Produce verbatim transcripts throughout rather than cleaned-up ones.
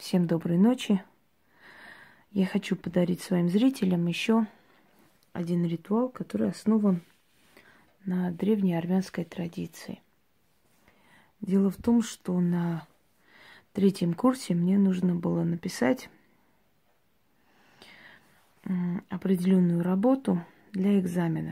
Всем доброй ночи. Я хочу подарить своим зрителям еще один ритуал, который основан на древней армянской традиции. Дело в том, что на третьем курсе мне нужно было написать определенную работу для экзамена.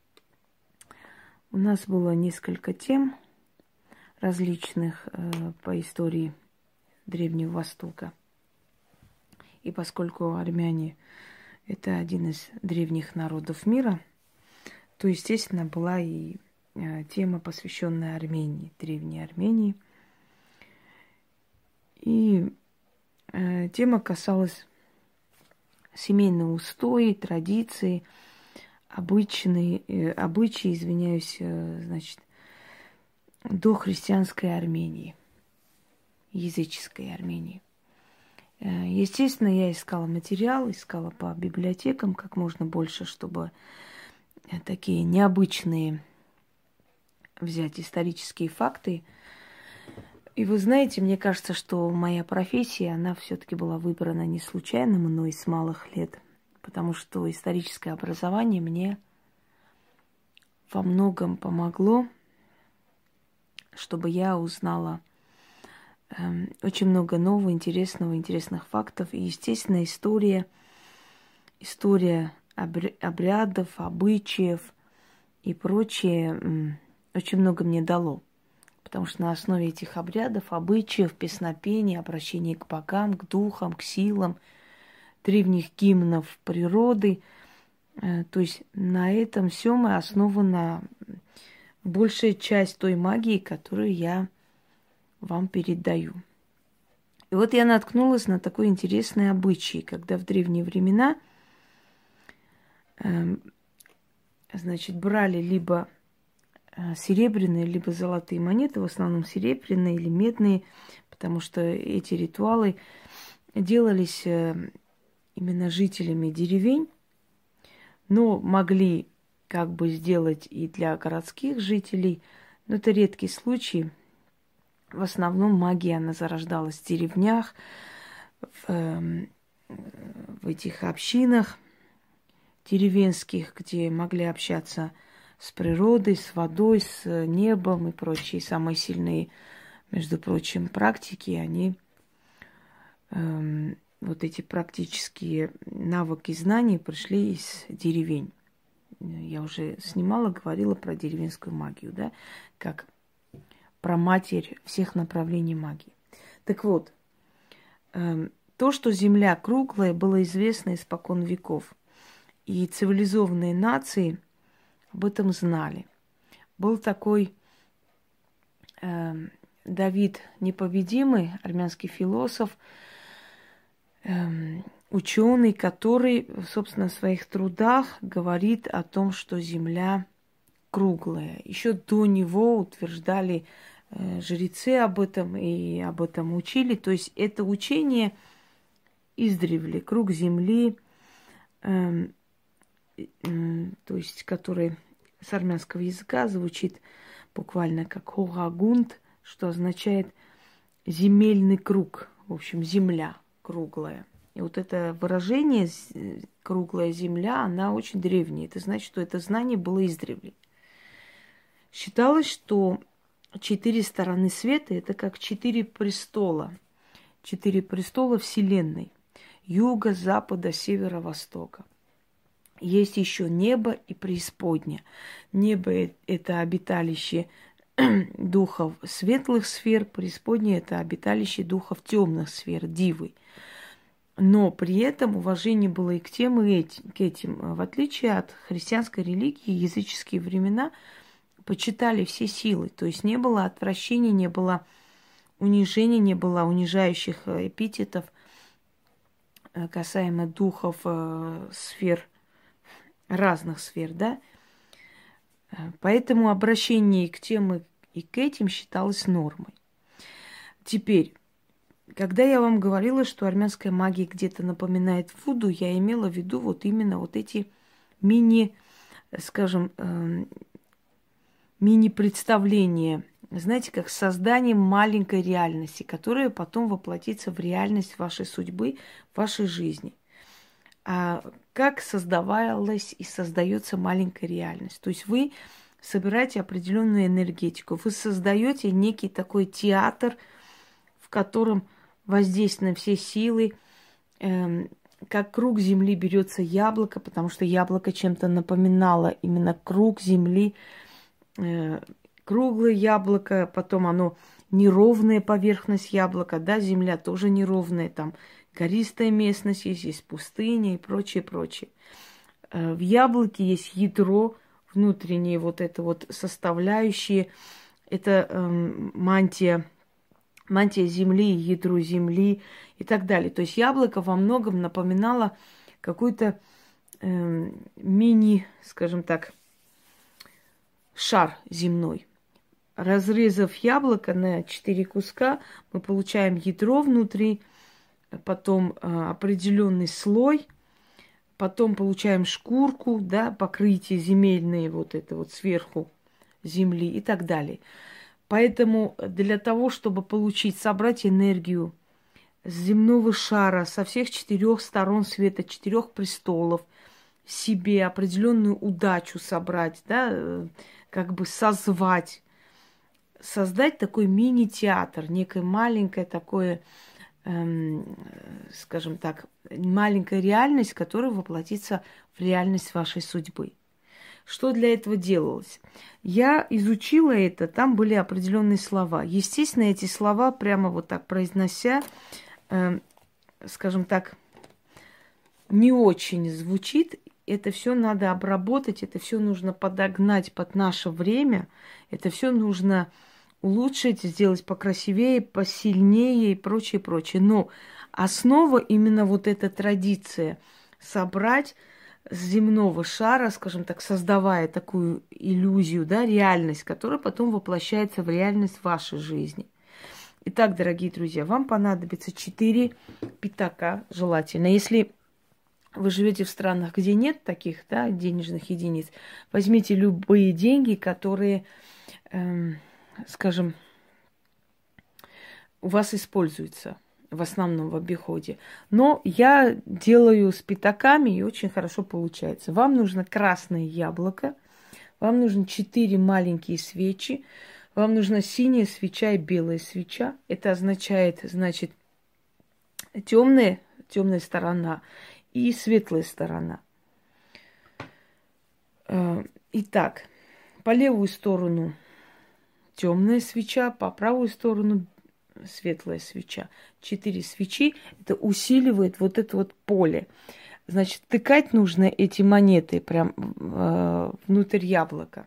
У нас было несколько тем различных э, по истории Древнего Востока. И поскольку армяне – это один из древних народов мира, то, естественно, была и э, тема, посвященная Армении, Древней Армении. И э, тема касалась семейного устоя, традиции, обычные, э, обычаи, извиняюсь, э, значит, дохристианской Армении, языческой Армении. Естественно, я искала материал, искала по библиотекам как можно больше, чтобы такие необычные взять исторические факты. И вы знаете, мне кажется, что моя профессия, она все-таки была выбрана не случайно мной с малых лет, потому что историческое образование мне во многом помогло, чтобы я узнала э, очень много нового, интересного, интересных фактов. И, естественно, история, история обрядов, обычаев и прочее э, очень много мне дало. Потому что на основе этих обрядов, обычаев, песнопений, обращения к богам, к духам, к силам, древних гимнов природы, э, то есть на этом всем и основана большая часть той магии, которую я вам передаю. И вот я наткнулась на такой интересный обычай, когда в древние времена, э, значит, брали либо серебряные, либо золотые монеты, в основном серебряные или медные, потому что эти ритуалы делались э, именно жителями деревень, но могли как бы сделать и для городских жителей, но это редкий случай. В основном магия, она зарождалась в деревнях, в, в этих общинах деревенских, где могли общаться с природой, с водой, с небом и прочие самые сильные, между прочим, практики, они, э, вот эти практические навыки, знания пришли из деревень. Я уже снимала, говорила про деревенскую магию, да, как про матерь всех направлений магии. Так вот, э, то, что Земля круглая, было известно испокон веков. И цивилизованные нации об этом знали. Был такой э, Давид Непобедимый, армянский философ, э, ученый, который, собственно, в своих трудах говорит о том, что Земля круглая. Еще до него утверждали э, жрецы об этом и об этом учили. То есть это учение издревле, круг Земли, э, э, то есть который с армянского языка звучит буквально как хогагунт, что означает земельный круг, в общем, земля круглая. И вот это выражение «круглая земля», она очень древняя. Это значит, что это знание было издревле. Считалось, что четыре стороны света – это как четыре престола. Четыре престола Вселенной. Юга, запада, севера, востока. Есть еще небо и преисподня. Небо – это обиталище духов светлых сфер, преисподня – это обиталище духов темных сфер, дивы. Но при этом уважение было и к тем, и к этим. В отличие от христианской религии, языческие времена почитали все силы. То есть не было отвращения, не было унижения, не было унижающих эпитетов касаемо духов сфер, разных сфер, да. Поэтому обращение и к тем, и к этим считалось нормой. Теперь, когда я вам говорила, что армянская магия где-то напоминает вуду, я имела в виду вот именно вот эти мини, скажем, э, мини-представления знаете, как созданием маленькой реальности, которая потом воплотится в реальность вашей судьбы, вашей жизни. А как создавалась и создается маленькая реальность? То есть вы собираете определенную энергетику, вы создаете некий такой театр, в котором воздействуют все силы, эм, как круг земли берется яблоко, потому что яблоко чем-то напоминало именно круг земли, э, круглое яблоко, потом оно неровная поверхность яблока, да, земля тоже неровная, там гористая местность есть, есть пустыня и прочее, прочее. Э, в яблоке есть ядро, внутренние вот это вот составляющие, это эм, мантия, мантия земли, ядро земли и так далее. То есть яблоко во многом напоминало какой-то э, мини, скажем так, шар земной. Разрезав яблоко на четыре куска, мы получаем ядро внутри, потом э, определенный слой, потом получаем шкурку, да, покрытие земельное вот это вот сверху земли и так далее. Поэтому для того, чтобы получить, собрать энергию с земного шара, со всех четырех сторон света, четырех престолов, себе определенную удачу собрать, да, как бы созвать, создать такой мини-театр, некое маленькое такое, эм, скажем так, маленькая реальность, которая воплотится в реальность вашей судьбы. Что для этого делалось? Я изучила это, там были определенные слова. Естественно, эти слова, прямо вот так произнося, э, скажем так, не очень звучит. Это все надо обработать, это все нужно подогнать под наше время, это все нужно улучшить, сделать покрасивее, посильнее и прочее, прочее. Но основа именно вот эта традиция собрать с земного шара, скажем так, создавая такую иллюзию, да, реальность, которая потом воплощается в реальность вашей жизни. Итак, дорогие друзья, вам понадобится четыре пятака, желательно. Если вы живете в странах, где нет таких, да, денежных единиц, возьмите любые деньги, которые, эм, скажем, у вас используются в основном в обиходе. Но я делаю с пятаками, и очень хорошо получается. Вам нужно красное яблоко, вам нужно четыре маленькие свечи, вам нужна синяя свеча и белая свеча. Это означает, значит, темная, темная сторона и светлая сторона. Итак, по левую сторону темная свеча, по правую сторону светлая свеча. Четыре свечи, это усиливает вот это вот поле. Значит, тыкать нужно эти монеты прям э, внутрь яблока.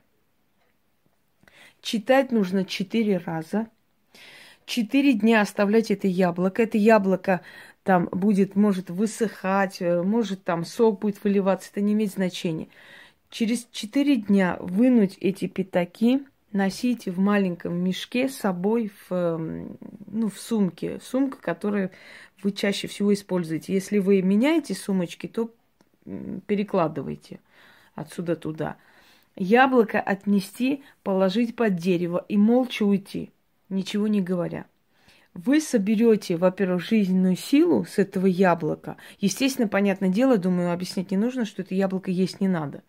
Читать нужно четыре раза. Четыре дня оставлять это яблоко. Это яблоко там будет, может высыхать, может там сок будет выливаться, это не имеет значения. Через четыре дня вынуть эти пятаки, носите в маленьком мешке с собой в, ну, в сумке. Сумка, которую вы чаще всего используете. Если вы меняете сумочки, то перекладывайте отсюда туда. Яблоко отнести, положить под дерево и молча уйти, ничего не говоря. Вы соберете, во-первых, жизненную силу с этого яблока. Естественно, понятное дело, думаю, объяснять не нужно, что это яблоко есть не надо.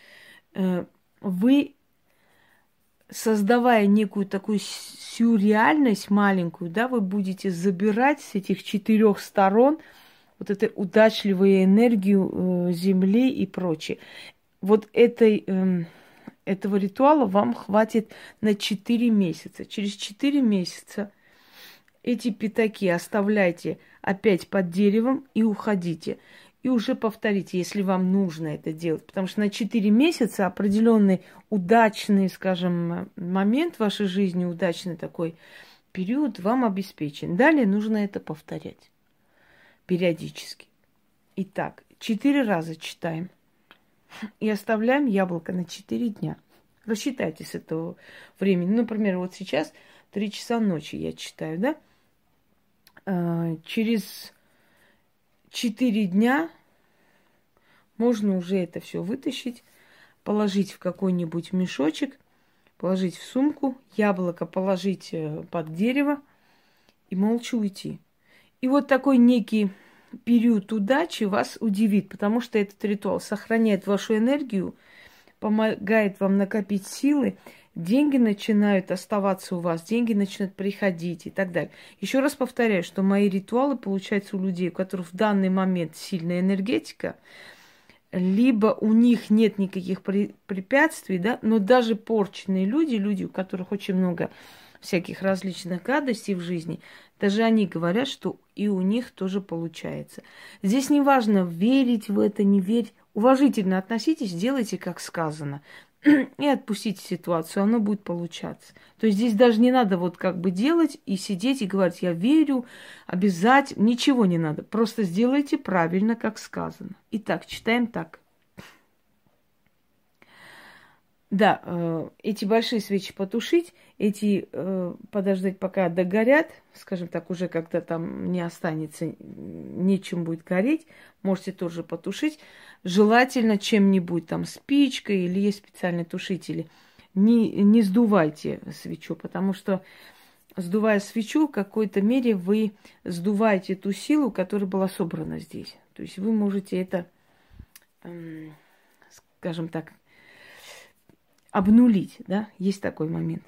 Вы, создавая некую такую сюрреальность маленькую, да, вы будете забирать с этих четырех сторон вот эту удачливую энергию э, Земли и прочее. Вот этой, э, этого ритуала вам хватит на четыре месяца. Через четыре месяца эти пятаки оставляйте опять под деревом и уходите. И уже повторите, если вам нужно это делать. Потому что на четыре месяца определенный удачный, скажем, момент в вашей жизни, удачный такой период вам обеспечен. Далее нужно это повторять периодически. Итак, четыре раза читаем. И оставляем яблоко на четыре дня. Рассчитайте с этого времени. Ну, например, вот сейчас три часа ночи я читаю, да? Через четыре дня можно уже это все вытащить, положить в какой-нибудь мешочек, положить в сумку, яблоко положить под дерево и молча уйти. И вот такой некий период удачи вас удивит, потому что этот ритуал сохраняет вашу энергию, помогает вам накопить силы, деньги начинают оставаться у вас, деньги начинают приходить и так далее. Еще раз повторяю, что мои ритуалы получаются у людей, у которых в данный момент сильная энергетика, либо у них нет никаких препятствий, да, но даже порченные люди, люди, у которых очень много всяких различных гадостей в жизни, даже они говорят, что и у них тоже получается. Здесь не важно, верить в это, не верить. Уважительно относитесь, делайте, как сказано. И отпустите ситуацию, оно будет получаться. То есть здесь даже не надо вот как бы делать и сидеть и говорить, я верю, обязательно. Ничего не надо. Просто сделайте правильно, как сказано. Итак, читаем так. Да, э, эти большие свечи потушить, эти э, подождать, пока догорят, скажем так, уже когда там не останется, нечем будет гореть, можете тоже потушить. Желательно чем-нибудь, там, спичкой или есть специальные тушители. Не, не сдувайте свечу, потому что, сдувая свечу, в какой-то мере вы сдуваете ту силу, которая была собрана здесь. То есть вы можете это, э, скажем так, обнулить, да, есть такой момент.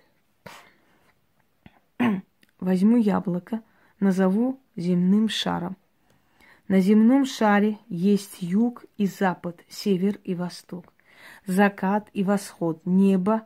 Возьму яблоко, назову земным шаром. На земном шаре есть юг и запад, север и восток, закат и восход, небо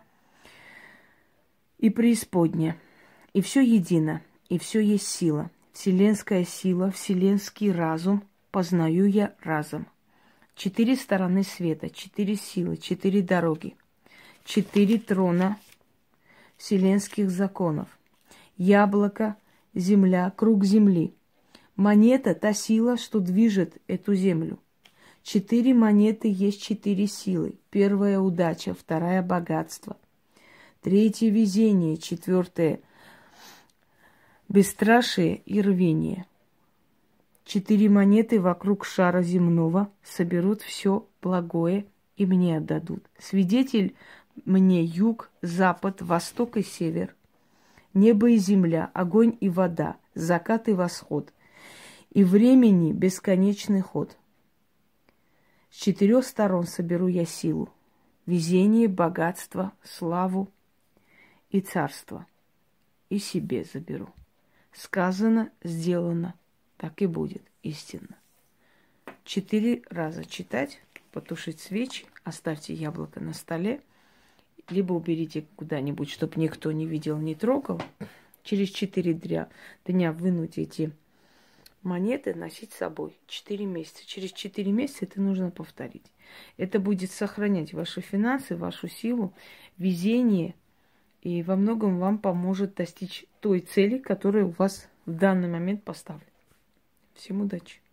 и преисподняя. И все едино, и все есть сила. Вселенская сила, вселенский разум, познаю я разом. Четыре стороны света, четыре силы, четыре дороги. Четыре трона вселенских законов. Яблоко, земля, круг земли. Монета – та сила, что движет эту землю. Четыре монеты есть четыре силы. Первая – удача, вторая – богатство. Третье – везение, четвертое – бесстрашие и рвение. Четыре монеты вокруг шара земного соберут все благое и мне отдадут. Свидетель мне юг, запад, восток и север, небо и земля, огонь и вода, закат и восход, и времени бесконечный ход. С четырех сторон соберу я силу, везение, богатство, славу и царство, и себе заберу. Сказано, сделано, так и будет истинно. Четыре раза читать, потушить свечи, оставьте яблоко на столе, либо уберите куда-нибудь, чтобы никто не видел, не трогал. Через четыре дня, дня вынуть эти монеты, носить с собой. Четыре месяца. Через четыре месяца это нужно повторить. Это будет сохранять ваши финансы, вашу силу, везение, и во многом вам поможет достичь той цели, которая у вас в данный момент поставлена. Всем удачи!